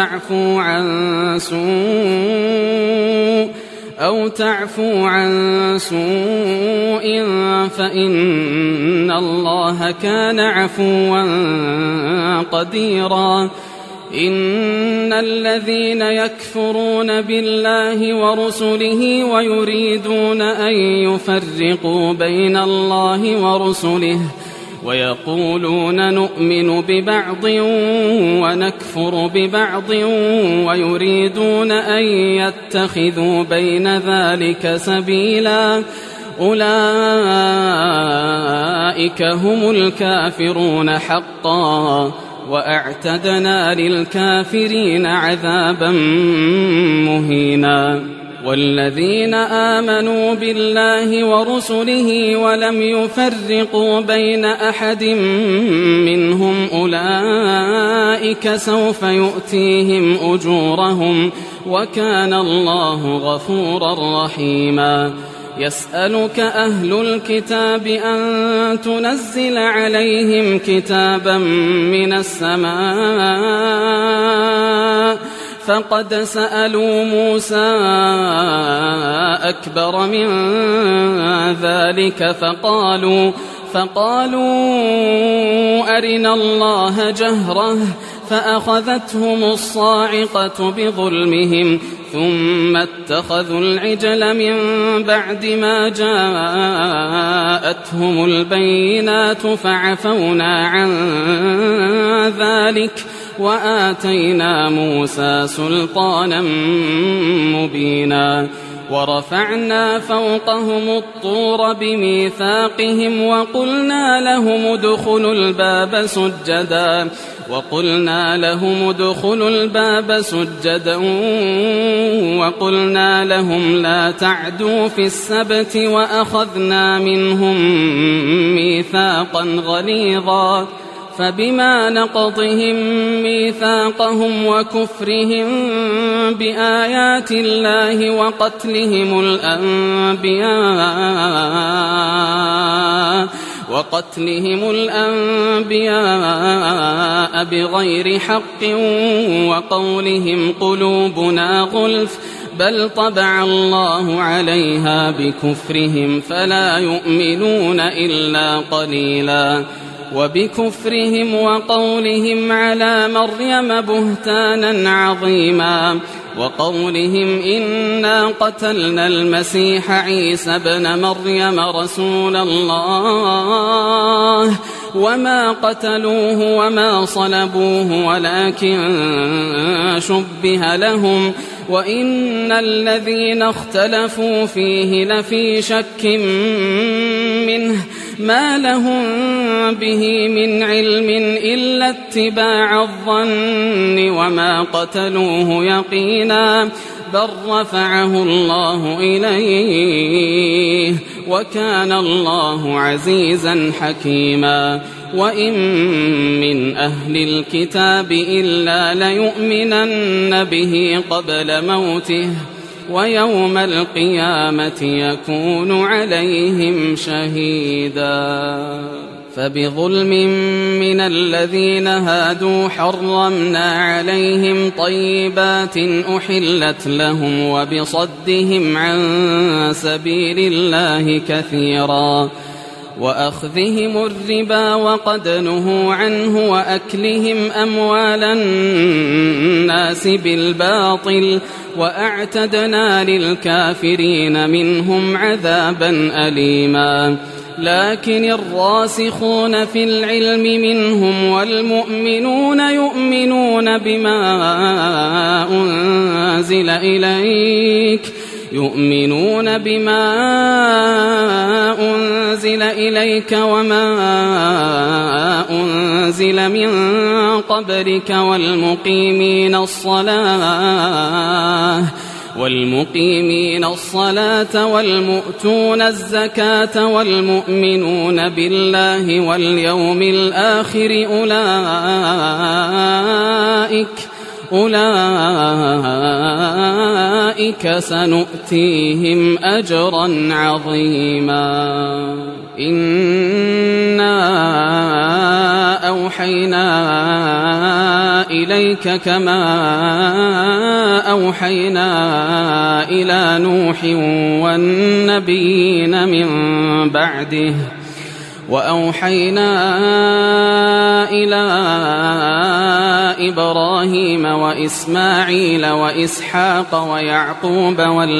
أو تعفو عن سوء فإن الله كان عفوا قديرا. إن الذين يكفرون بالله ورسله ويريدون أن يفرقوا بين الله ورسله ويقولون نؤمن ببعض ونكفر ببعض ويريدون أن يتخذوا بين ذلك سبيلا أولئك هم الكافرون حقا وأعتدنا للكافرين عذابا مهينا. والذين آمنوا بالله ورسله ولم يفرقوا بين أحد منهم أولئك سوف يؤتيهم أجورهم وكان الله غفورا رحيما. يسألك أهل الكتاب أن تنزل عليهم كتابا من السماء فقد سألوا موسى أكبر من ذلك فقالوا أرنا الله جهرة فأخذتهم الصاعقة بظلمهم ثم اتخذوا العجل من بعد ما جاءتهم البينات فعفونا عن ذلك وآتينا موسى سلطانا مبينا ورفعنا فوقهم الطور بميثاقهم وقلنا لهم ادخلوا الباب سجدا وقلنا لهم لا تعدوا في السبت وأخذنا منهم ميثاقا غليظا فبما نقضهم ميثاقهم وكفرهم بآيات الله وقتلهم الأنبياء بغير حق وقولهم قلوبنا غلف بل طبع الله عليها بكفرهم فلا يؤمنون إلا قليلا وبكفرهم وقولهم على مريم بهتانا عظيما وقولهم إنا قتلنا المسيح عيسى ابن مريم رسول الله وما قتلوه وما صلبوه ولكن شبه لهم وإن الذين اختلفوا فيه لفي شك منه ما لهم به من علم إلا اتباع الظن وما قتلوه يقينا بل رفعه الله إليه وكان الله عزيزا حكيما وإن من أهل الكتاب إلا ليؤمنن به قبل موته ويوم القيامة يكون عليهم شهيدا فبظلم من الذين هادوا حرمنا عليهم طيبات أحلت لهم وبصدهم عن سبيل الله كثيرا وأخذهم الربا وقد نهوا عنه وأكلهم أموال الناس بالباطل وأعتدنا للكافرين منهم عذابا أليما لكن الراسخون في العلم منهم والمؤمنون يؤمنون بما أنزل إليك وما أنزل من قبلك والمقيمين الصلاة والمؤتون الزكاة والمؤمنون بالله واليوم الآخر أولئك سنؤتيهم أجرا عظيما إنا أوحينا إليك كما أوحينا إلى نوح والنبيين من بعده وأوحينا إلى إبراهيم وإسماعيل وإسحاق ويعقوب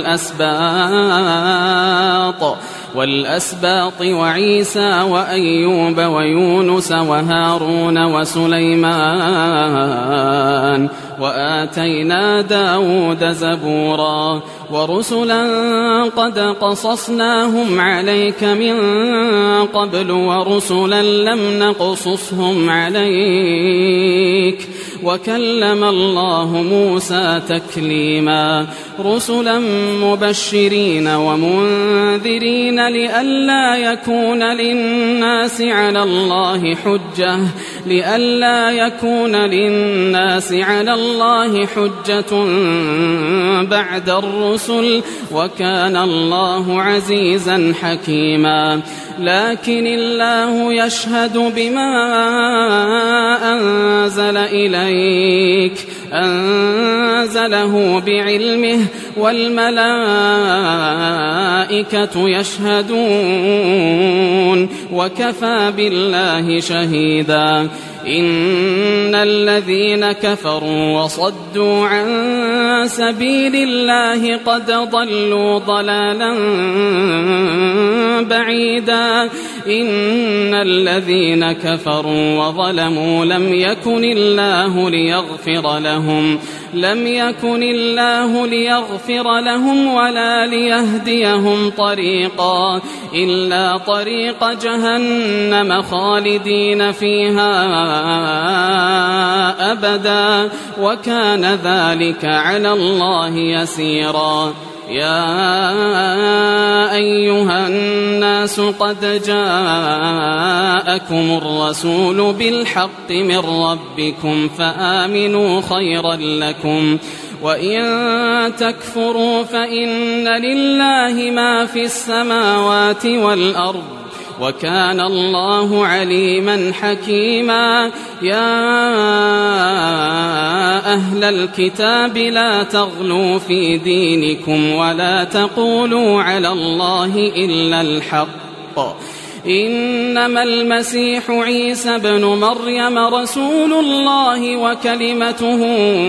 والأسباط وعيسى وأيوب ويونس وهارون وسليمان وآتينا داود زبورا ورسلا قد قصصناهم عليك من قبل ورسلا لم نقصصهم عليك وكلم الله موسى تكليما رسلا مبشرين ومنذرين لئلا يكون للناس على الله حجة بعد الرسل وكان الله عزيزا حكيما لكن الله يشهد بما أنزل إليك أنزله بعلمه والملائكة يشهدون وكفى بالله شهيدا إن الذين كفروا وصدوا عن سبيل الله قد ضلوا ضلالا بعيدا إن الذين كفروا وظلموا لم يكن الله ليغفر لهم ولا ليهديهم طريقا إلا طريق جهنم خالدين فيها أبدا وكان ذلك على الله يسيرا يا أيها الناس قد جاءكم الرسول بالحق من ربكم فآمنوا خيرا لكم وإن تكفروا فإن لله ما في السماوات والأرض وكان الله عليما حكيما يا أهل الكتاب لا تغلوا في دينكم ولا تقولوا على الله إلا الحق إنما المسيح عيسى ابن مريم رسول الله وكلمته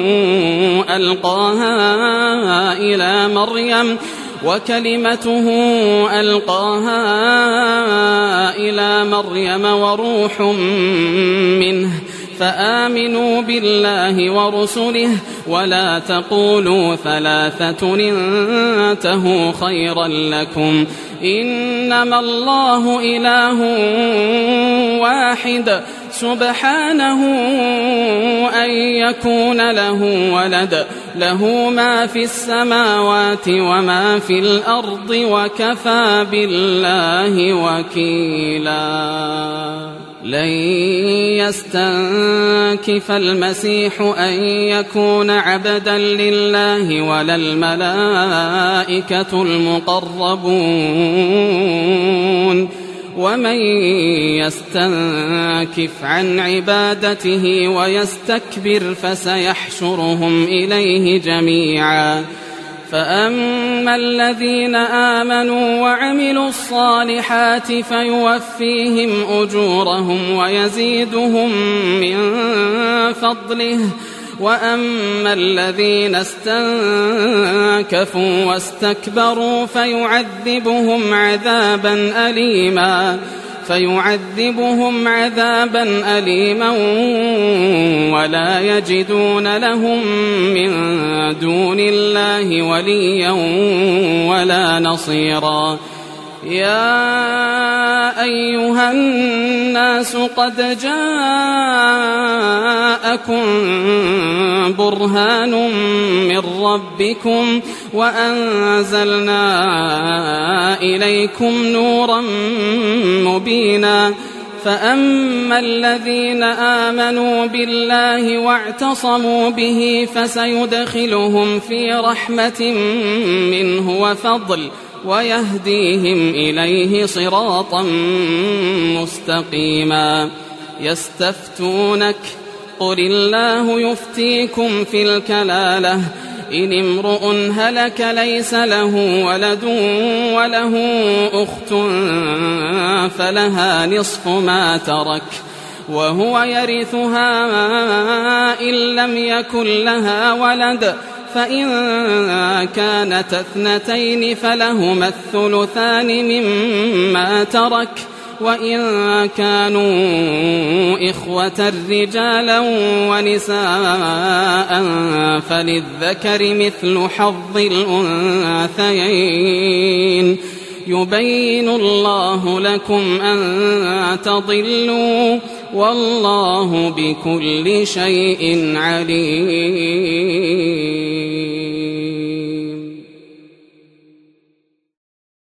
ألقاها إلى مريم وروح منه فآمنوا بالله ورسله ولا تقولوا ثلاثة انتهوا خيرا لكم إنما الله إله واحد سبحانه أن يكون له ولد له ما في السماوات وما في الأرض وكفى بالله وكيلا لن يستنكف المسيح أن يكون عبدا لله ولا الملائكة المقربون ومن يستنكف عن عبادته ويستكبر فسيحشرهم إليه جميعا فأما الذين آمنوا وعملوا الصالحات فيوفيهم أجورهم ويزيدهم من فضله وأما الذين استنكفوا واستكبروا فيعذبهم عذابا أليما ولا يجدون لهم من دون الله وليا ولا نصيرا يا أيها الناس قد جاءكم برهان من ربكم وأنزلنا إليكم نورا مبينا فأما الذين آمنوا بالله واعتصموا به فسيدخلهم في رحمة منه وفضل ويهديهم إليه صراطا مستقيما يستفتونك قل الله يفتيكم في الكلالة إن امرؤ هلك ليس له ولد وله أخت فلها نصف ما ترك وهو يرثها إن لم يكن لها ولد فإن كانت اثنتين فلهما الثلثان مما ترك وإن كانوا إخوة رجالا ونساء فللذكر مثل حظ الأنثيين يبين الله لكم أن تضلوا والله بكل شيء عليم